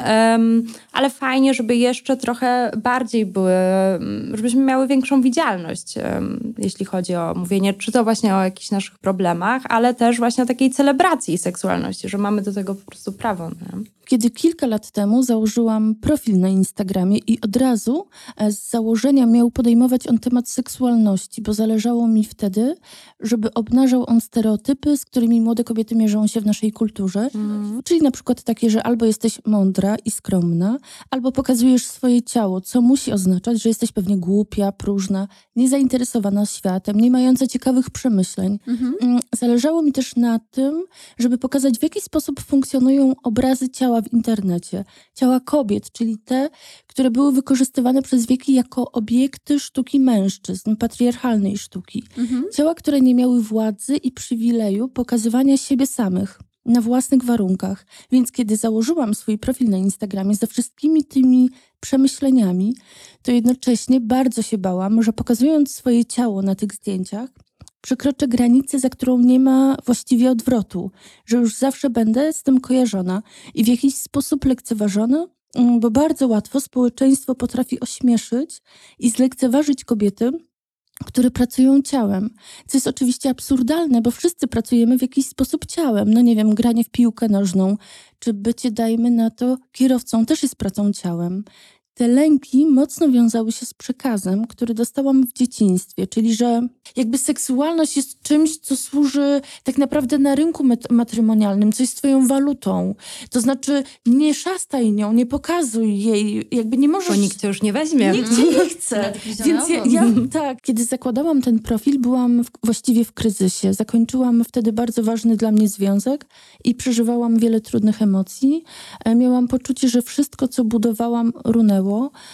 Speaker 3: ale fajnie, żeby jeszcze trochę bardziej były, żebyśmy miały większą widzialność, jeśli chodzi o mówienie, czy to właśnie o jakichś naszych problemach, ale też właśnie o takiej celebracji seksualności, że mamy do tego po prostu prawo. Nie?
Speaker 1: Kiedy kilka lat temu założyłam profil na Instagramie i od razu z założenia miał podejmować on temat seksualności, bo zależało mi wtedy, żeby obnażał on stereotypy, z którymi młode kobiety mierzą się w naszej kulturze. Czyli na przykład takie, że albo jesteś mądra i skromna, albo pokazujesz swoje ciało, co musi oznaczać, że jesteś pewnie głupia, próżna, niezainteresowana światem, nie mająca ciekawych przemyśleń. Zależało mi też na tym, żeby pokazać, w jaki sposób funkcjonują obrazy ciała w internecie. Ciała kobiet, czyli te, które były wykorzystywane przez wieki jako obiekty sztuki mężczyzn, patriarchalnej sztuki. Ciała, które nie miały władzy i przywileju pokazywania siebie samych na własnych warunkach. Więc kiedy założyłam swój profil na Instagramie ze wszystkimi tymi przemyśleniami, to jednocześnie bardzo się bałam, że pokazując swoje ciało na tych zdjęciach, przekroczę granicę, za którą nie ma właściwie odwrotu, że już zawsze będę z tym kojarzona i w jakiś sposób lekceważona, bo bardzo łatwo społeczeństwo potrafi ośmieszyć i zlekceważyć kobiety, które pracują ciałem. Co jest oczywiście absurdalne, bo wszyscy pracujemy w jakiś sposób ciałem. Nie wiem, granie w piłkę nożną, czy bycie, dajmy na to, kierowcą też jest pracą ciałem. Te lęki mocno wiązały się z przekazem, który dostałam w dzieciństwie, czyli że jakby seksualność jest czymś, co służy tak naprawdę na rynku matrymonialnym, co jest twoją walutą. To znaczy nie szastaj nią, nie pokazuj jej, jakby nie możesz...
Speaker 3: Bo nikt cię już nie weźmie.
Speaker 1: Nikt cię nie chce. Więc ja tak, kiedy zakładałam ten profil, byłam właściwie w kryzysie. Zakończyłam wtedy bardzo ważny dla mnie związek i przeżywałam wiele trudnych emocji. Miałam poczucie, że wszystko, co budowałam, runęło.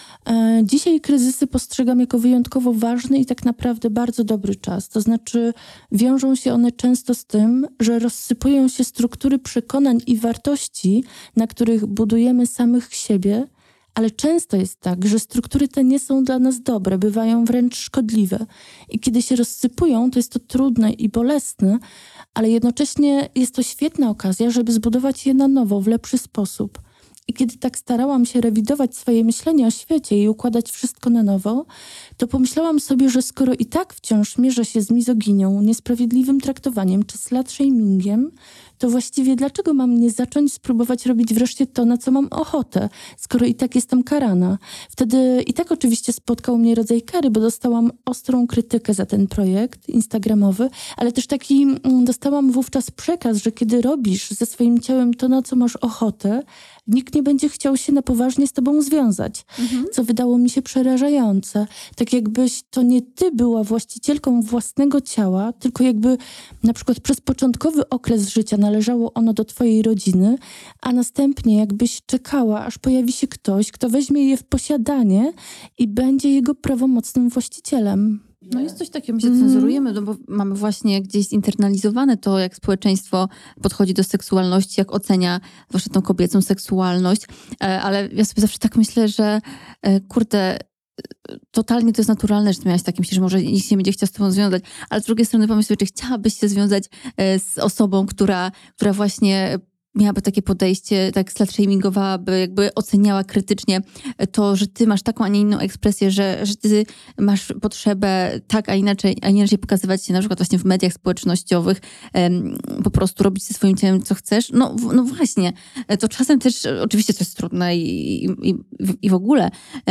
Speaker 1: Dzisiaj kryzysy postrzegam jako wyjątkowo ważny i tak naprawdę bardzo dobry czas. To znaczy wiążą się one często z tym, że rozsypują się struktury przekonań i wartości, na których budujemy samych siebie, ale często jest tak, że struktury te nie są dla nas dobre, bywają wręcz szkodliwe. I kiedy się rozsypują, to jest to trudne i bolesne, ale jednocześnie jest to świetna okazja, żeby zbudować je na nowo, w lepszy sposób. I kiedy tak starałam się rewidować swoje myślenie o świecie i układać wszystko na nowo, to pomyślałam sobie, że skoro i tak wciąż mierzę się z mizoginią, niesprawiedliwym traktowaniem czy slut-shamingiem, to właściwie dlaczego mam nie zacząć spróbować robić wreszcie to, na co mam ochotę, skoro i tak jestem karana? Wtedy i tak oczywiście spotkał mnie rodzaj kary, bo dostałam ostrą krytykę za ten projekt instagramowy, ale też dostałam wówczas przekaz, że kiedy robisz ze swoim ciałem to, na co masz ochotę, nikt nie będzie chciał się na poważnie z tobą związać. Co wydało mi się przerażające. Tak jakbyś to nie ty była właścicielką własnego ciała, tylko jakby na przykład przez początkowy okres życia należało ono do twojej rodziny, a następnie jakbyś czekała, aż pojawi się ktoś, kto weźmie je w posiadanie i będzie jego prawomocnym właścicielem.
Speaker 2: No jest coś takiego, my się cenzurujemy, no bo mamy właśnie gdzieś zinternalizowane to, jak społeczeństwo podchodzi do seksualności, jak ocenia zwłaszcza tą kobiecą seksualność, ale ja sobie zawsze tak myślę, że kurde, totalnie to jest naturalne, że ty miałaś takie myśli, że może nikt się nie będzie chciał z tobą związać, ale z drugiej strony pomyśl sobie, czy chciałabyś się związać z osobą, która właśnie miałaby takie podejście, tak slut-shamingowałaby, jakby oceniała krytycznie to, że ty masz taką, a nie inną ekspresję, że ty masz potrzebę tak, a inaczej pokazywać się na przykład właśnie w mediach społecznościowych, po prostu robić ze swoim ciałem, co chcesz. No właśnie, to czasem też oczywiście to jest trudne i w ogóle,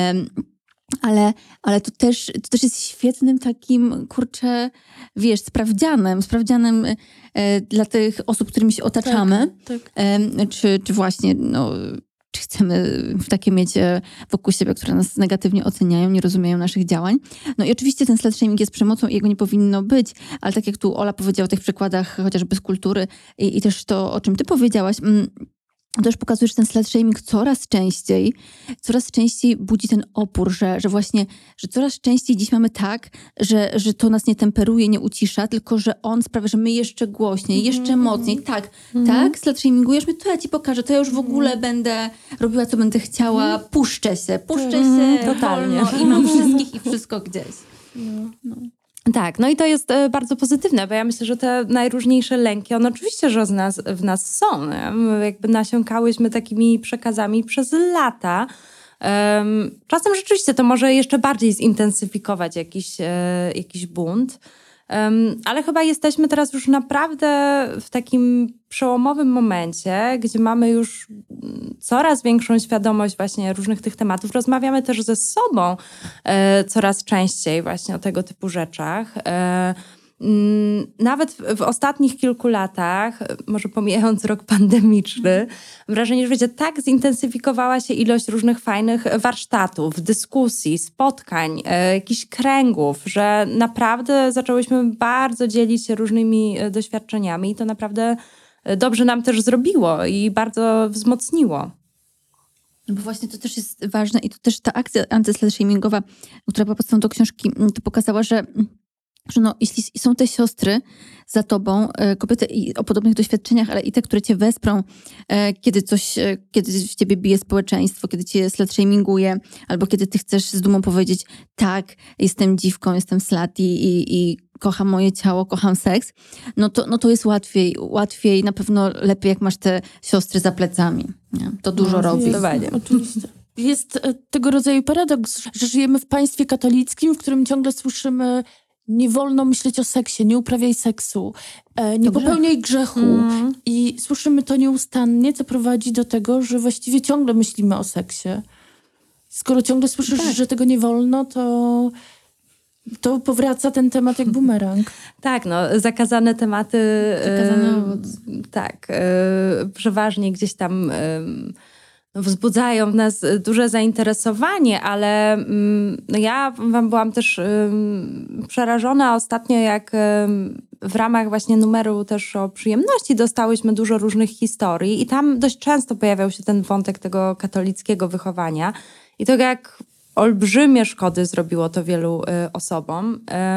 Speaker 2: ale to też jest świetnym takim, kurczę, wiesz, sprawdzianem dla tych osób, którymi się otaczamy.
Speaker 1: Tak.
Speaker 2: Czy właśnie, no, czy chcemy takie mieć wokół siebie, które nas negatywnie oceniają, nie rozumieją naszych działań. No i oczywiście ten slut-shaming jest przemocą i jego nie powinno być, ale tak jak tu Ola powiedziała o tych przykładach chociażby z kultury i też to, o czym ty powiedziałaś, też pokazuje, że ten slut-shaming coraz częściej budzi ten opór, że właśnie, że coraz częściej dziś mamy tak, że to nas nie temperuje, nie ucisza, tylko że on sprawia, że my jeszcze głośniej, jeszcze mocniej, tak, slut-shamingujesz mnie, to ja ci pokażę, to ja już w ogóle będę robiła, co będę chciała, puszczę się
Speaker 3: totalnie.
Speaker 2: wolno i mam wszystkich i wszystko gdzieś. No.
Speaker 3: Tak, no i to jest bardzo pozytywne, bo ja myślę, że te najróżniejsze lęki, one oczywiście, że w nas są. Nie? My jakby nasiąkałyśmy takimi przekazami przez lata. Czasem rzeczywiście to może jeszcze bardziej zintensyfikować jakiś bunt. Ale chyba jesteśmy teraz już naprawdę w takim przełomowym momencie, gdzie mamy już coraz większą świadomość właśnie różnych tych tematów. Rozmawiamy też ze sobą coraz częściej właśnie o tego typu rzeczach. Nawet w ostatnich kilku latach, może pomijając rok pandemiczny, wrażenie, że wiecie, tak zintensyfikowała się ilość różnych fajnych warsztatów, dyskusji, spotkań, jakichś kręgów, że naprawdę zaczęłyśmy bardzo dzielić się różnymi doświadczeniami i to naprawdę dobrze nam też zrobiło i bardzo wzmocniło.
Speaker 2: No bo właśnie to też jest ważne i to też ta akcja antyslut-shamingowa, która była podstawą do książki, to pokazała, że no, jeśli są te siostry za tobą, kobiety o podobnych doświadczeniach, ale i te, które cię wesprą, kiedy w ciebie bije społeczeństwo, kiedy cię slut-shaminguje, albo kiedy ty chcesz z dumą powiedzieć, tak, jestem dziwką, jestem slut i kocham moje ciało, kocham seks, no to jest łatwiej, na pewno lepiej, jak masz te siostry za plecami. Nie? To dużo robi.
Speaker 1: Oczywiście. Jest tego rodzaju paradoks, że żyjemy w państwie katolickim, w którym ciągle słyszymy: nie wolno myśleć o seksie, nie uprawiaj seksu, nie popełniaj grzechu. I słyszymy to nieustannie, co prowadzi do tego, że właściwie ciągle myślimy o seksie. Skoro ciągle słyszysz, że tego nie wolno, to powraca ten temat jak bumerang.
Speaker 3: Tak, no, zakazane tematy.
Speaker 2: Zakazany owoc.
Speaker 3: Tak, przeważnie gdzieś tam wzbudzają w nas duże zainteresowanie, ale no ja byłam też przerażona ostatnio, jak w ramach właśnie numeru też o przyjemności dostałyśmy dużo różnych historii i tam dość często pojawiał się ten wątek tego katolickiego wychowania i to jak olbrzymie szkody zrobiło to wielu osobom.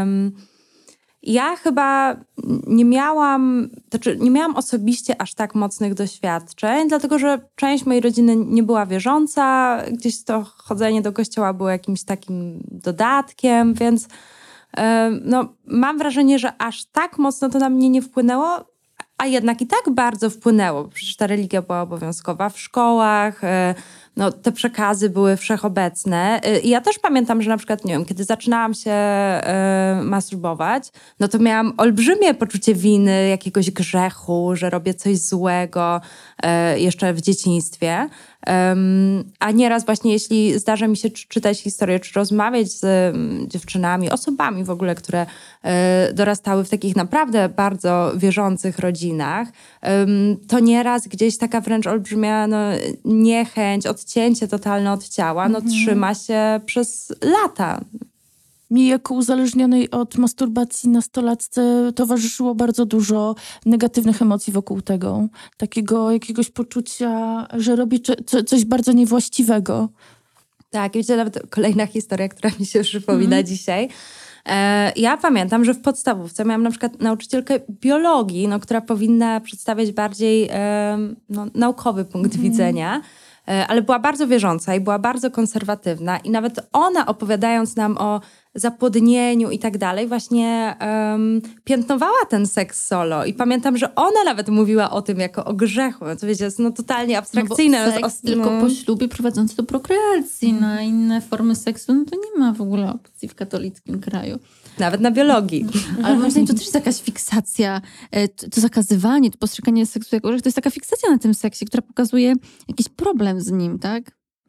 Speaker 3: Ja chyba nie miałam osobiście aż tak mocnych doświadczeń, dlatego że część mojej rodziny nie była wierząca, gdzieś to chodzenie do kościoła było jakimś takim dodatkiem, więc no, mam wrażenie, że aż tak mocno to na mnie nie wpłynęło, a jednak i tak bardzo wpłynęło. Przecież ta religia była obowiązkowa w szkołach, no, te przekazy były wszechobecne. I ja też pamiętam, że na przykład, nie wiem, kiedy zaczynałam się masturbować, no to miałam olbrzymie poczucie winy, jakiegoś grzechu, że robię coś złego jeszcze w dzieciństwie. A nieraz właśnie, jeśli zdarza mi się czytać historię, czy rozmawiać z dziewczynami, osobami w ogóle, które dorastały w takich naprawdę bardzo wierzących rodzinach, to nieraz gdzieś taka wręcz olbrzymia niechęć, odcięcie totalne od ciała, trzyma się przez lata.
Speaker 1: Mi jako uzależnionej od masturbacji nastolatce towarzyszyło bardzo dużo negatywnych emocji wokół tego. Takiego jakiegoś poczucia, że robię coś bardzo niewłaściwego.
Speaker 3: Tak, wiecie, nawet kolejna historia, która mi się przypomina dzisiaj. Ja pamiętam, że w podstawówce miałam na przykład nauczycielkę biologii, która powinna przedstawiać bardziej naukowy punkt widzenia, ale była bardzo wierząca i była bardzo konserwatywna i nawet ona, opowiadając nam o zapłodnieniu i tak dalej, właśnie piętnowała ten seks solo. I pamiętam, że ona nawet mówiła o tym jako o grzechu. To wiecie, jest totalnie abstrakcyjne.
Speaker 2: Bo seks tylko po ślubie prowadzący do prokreacji. Na inne formy seksu to nie ma w ogóle opcji w katolickim kraju.
Speaker 3: Nawet na biologii.
Speaker 2: Ale moim zdaniem to też jest jakaś fiksacja, to zakazywanie, to postrzeganie seksu jako, że to jest taka fiksacja na tym seksie, która pokazuje jakiś problem z nim, tak?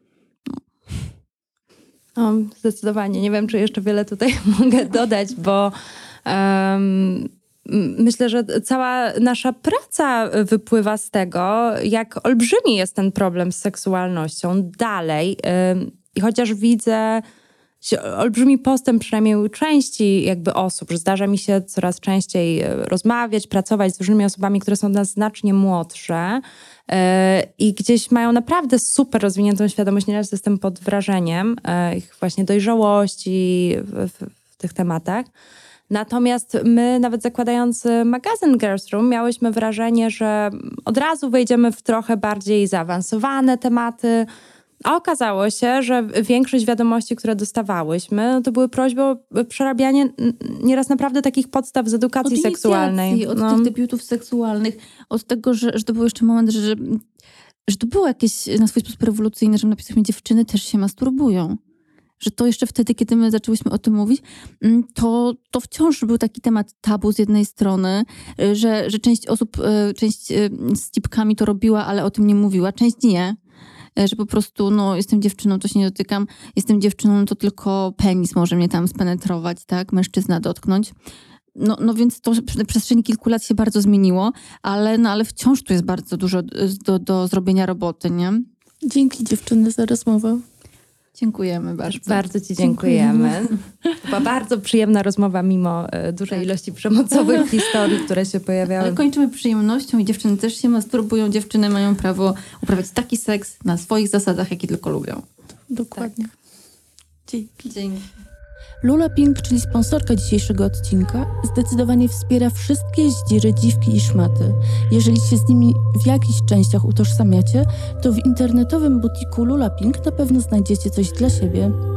Speaker 3: Zdecydowanie. Nie wiem, czy jeszcze wiele tutaj mogę dodać, bo myślę, że cała nasza praca wypływa z tego, jak olbrzymi jest ten problem z seksualnością dalej. I chociaż widzę olbrzymi postęp przynajmniej u części jakby osób, że zdarza mi się coraz częściej rozmawiać, pracować z różnymi osobami, które są od nas znacznie młodsze i gdzieś mają naprawdę super rozwiniętą świadomość. Nieraz jestem pod wrażeniem ich właśnie dojrzałości w tych tematach. Natomiast my, nawet zakładając magazyn Girls Room, miałyśmy wrażenie, że od razu wejdziemy w trochę bardziej zaawansowane tematy, a okazało się, że większość wiadomości, które dostawałyśmy, to były prośby o przerabianie nieraz naprawdę takich podstaw z edukacji seksualnej.
Speaker 2: Od tych debiutów seksualnych, od tego, że to był jeszcze moment, że to było jakieś na swój sposób rewolucyjne, że napisaliśmy, dziewczyny też się masturbują. Że to jeszcze wtedy, kiedy my zaczęłyśmy o tym mówić, to wciąż był taki temat tabu z jednej strony, że część osób, część z cipkami to robiła, ale o tym nie mówiła, część nie. Że po prostu, jestem dziewczyną, to się nie dotykam, jestem dziewczyną, to tylko penis może mnie tam spenetrować, tak? Mężczyzna dotknąć. Więc to w przestrzeni kilku lat się bardzo zmieniło, ale wciąż tu jest bardzo dużo do zrobienia roboty, nie?
Speaker 1: Dzięki dziewczyny za rozmowę.
Speaker 2: Dziękujemy bardzo.
Speaker 3: Bardzo ci dziękujemy. To była bardzo przyjemna rozmowa, mimo dużej ilości przemocowych historii, które się pojawiały.
Speaker 2: Ale kończymy przyjemnością i dziewczyny też się masturbują. Dziewczyny mają prawo uprawiać taki seks na swoich zasadach, jakie tylko lubią.
Speaker 1: Dokładnie.
Speaker 3: Tak.
Speaker 2: Dzięki.
Speaker 1: Lula Pink, czyli sponsorka dzisiejszego odcinka, zdecydowanie wspiera wszystkie zdziry, dziwki i szmaty. Jeżeli się z nimi w jakichś częściach utożsamiacie, to w internetowym butiku Lula Pink na pewno znajdziecie coś dla siebie.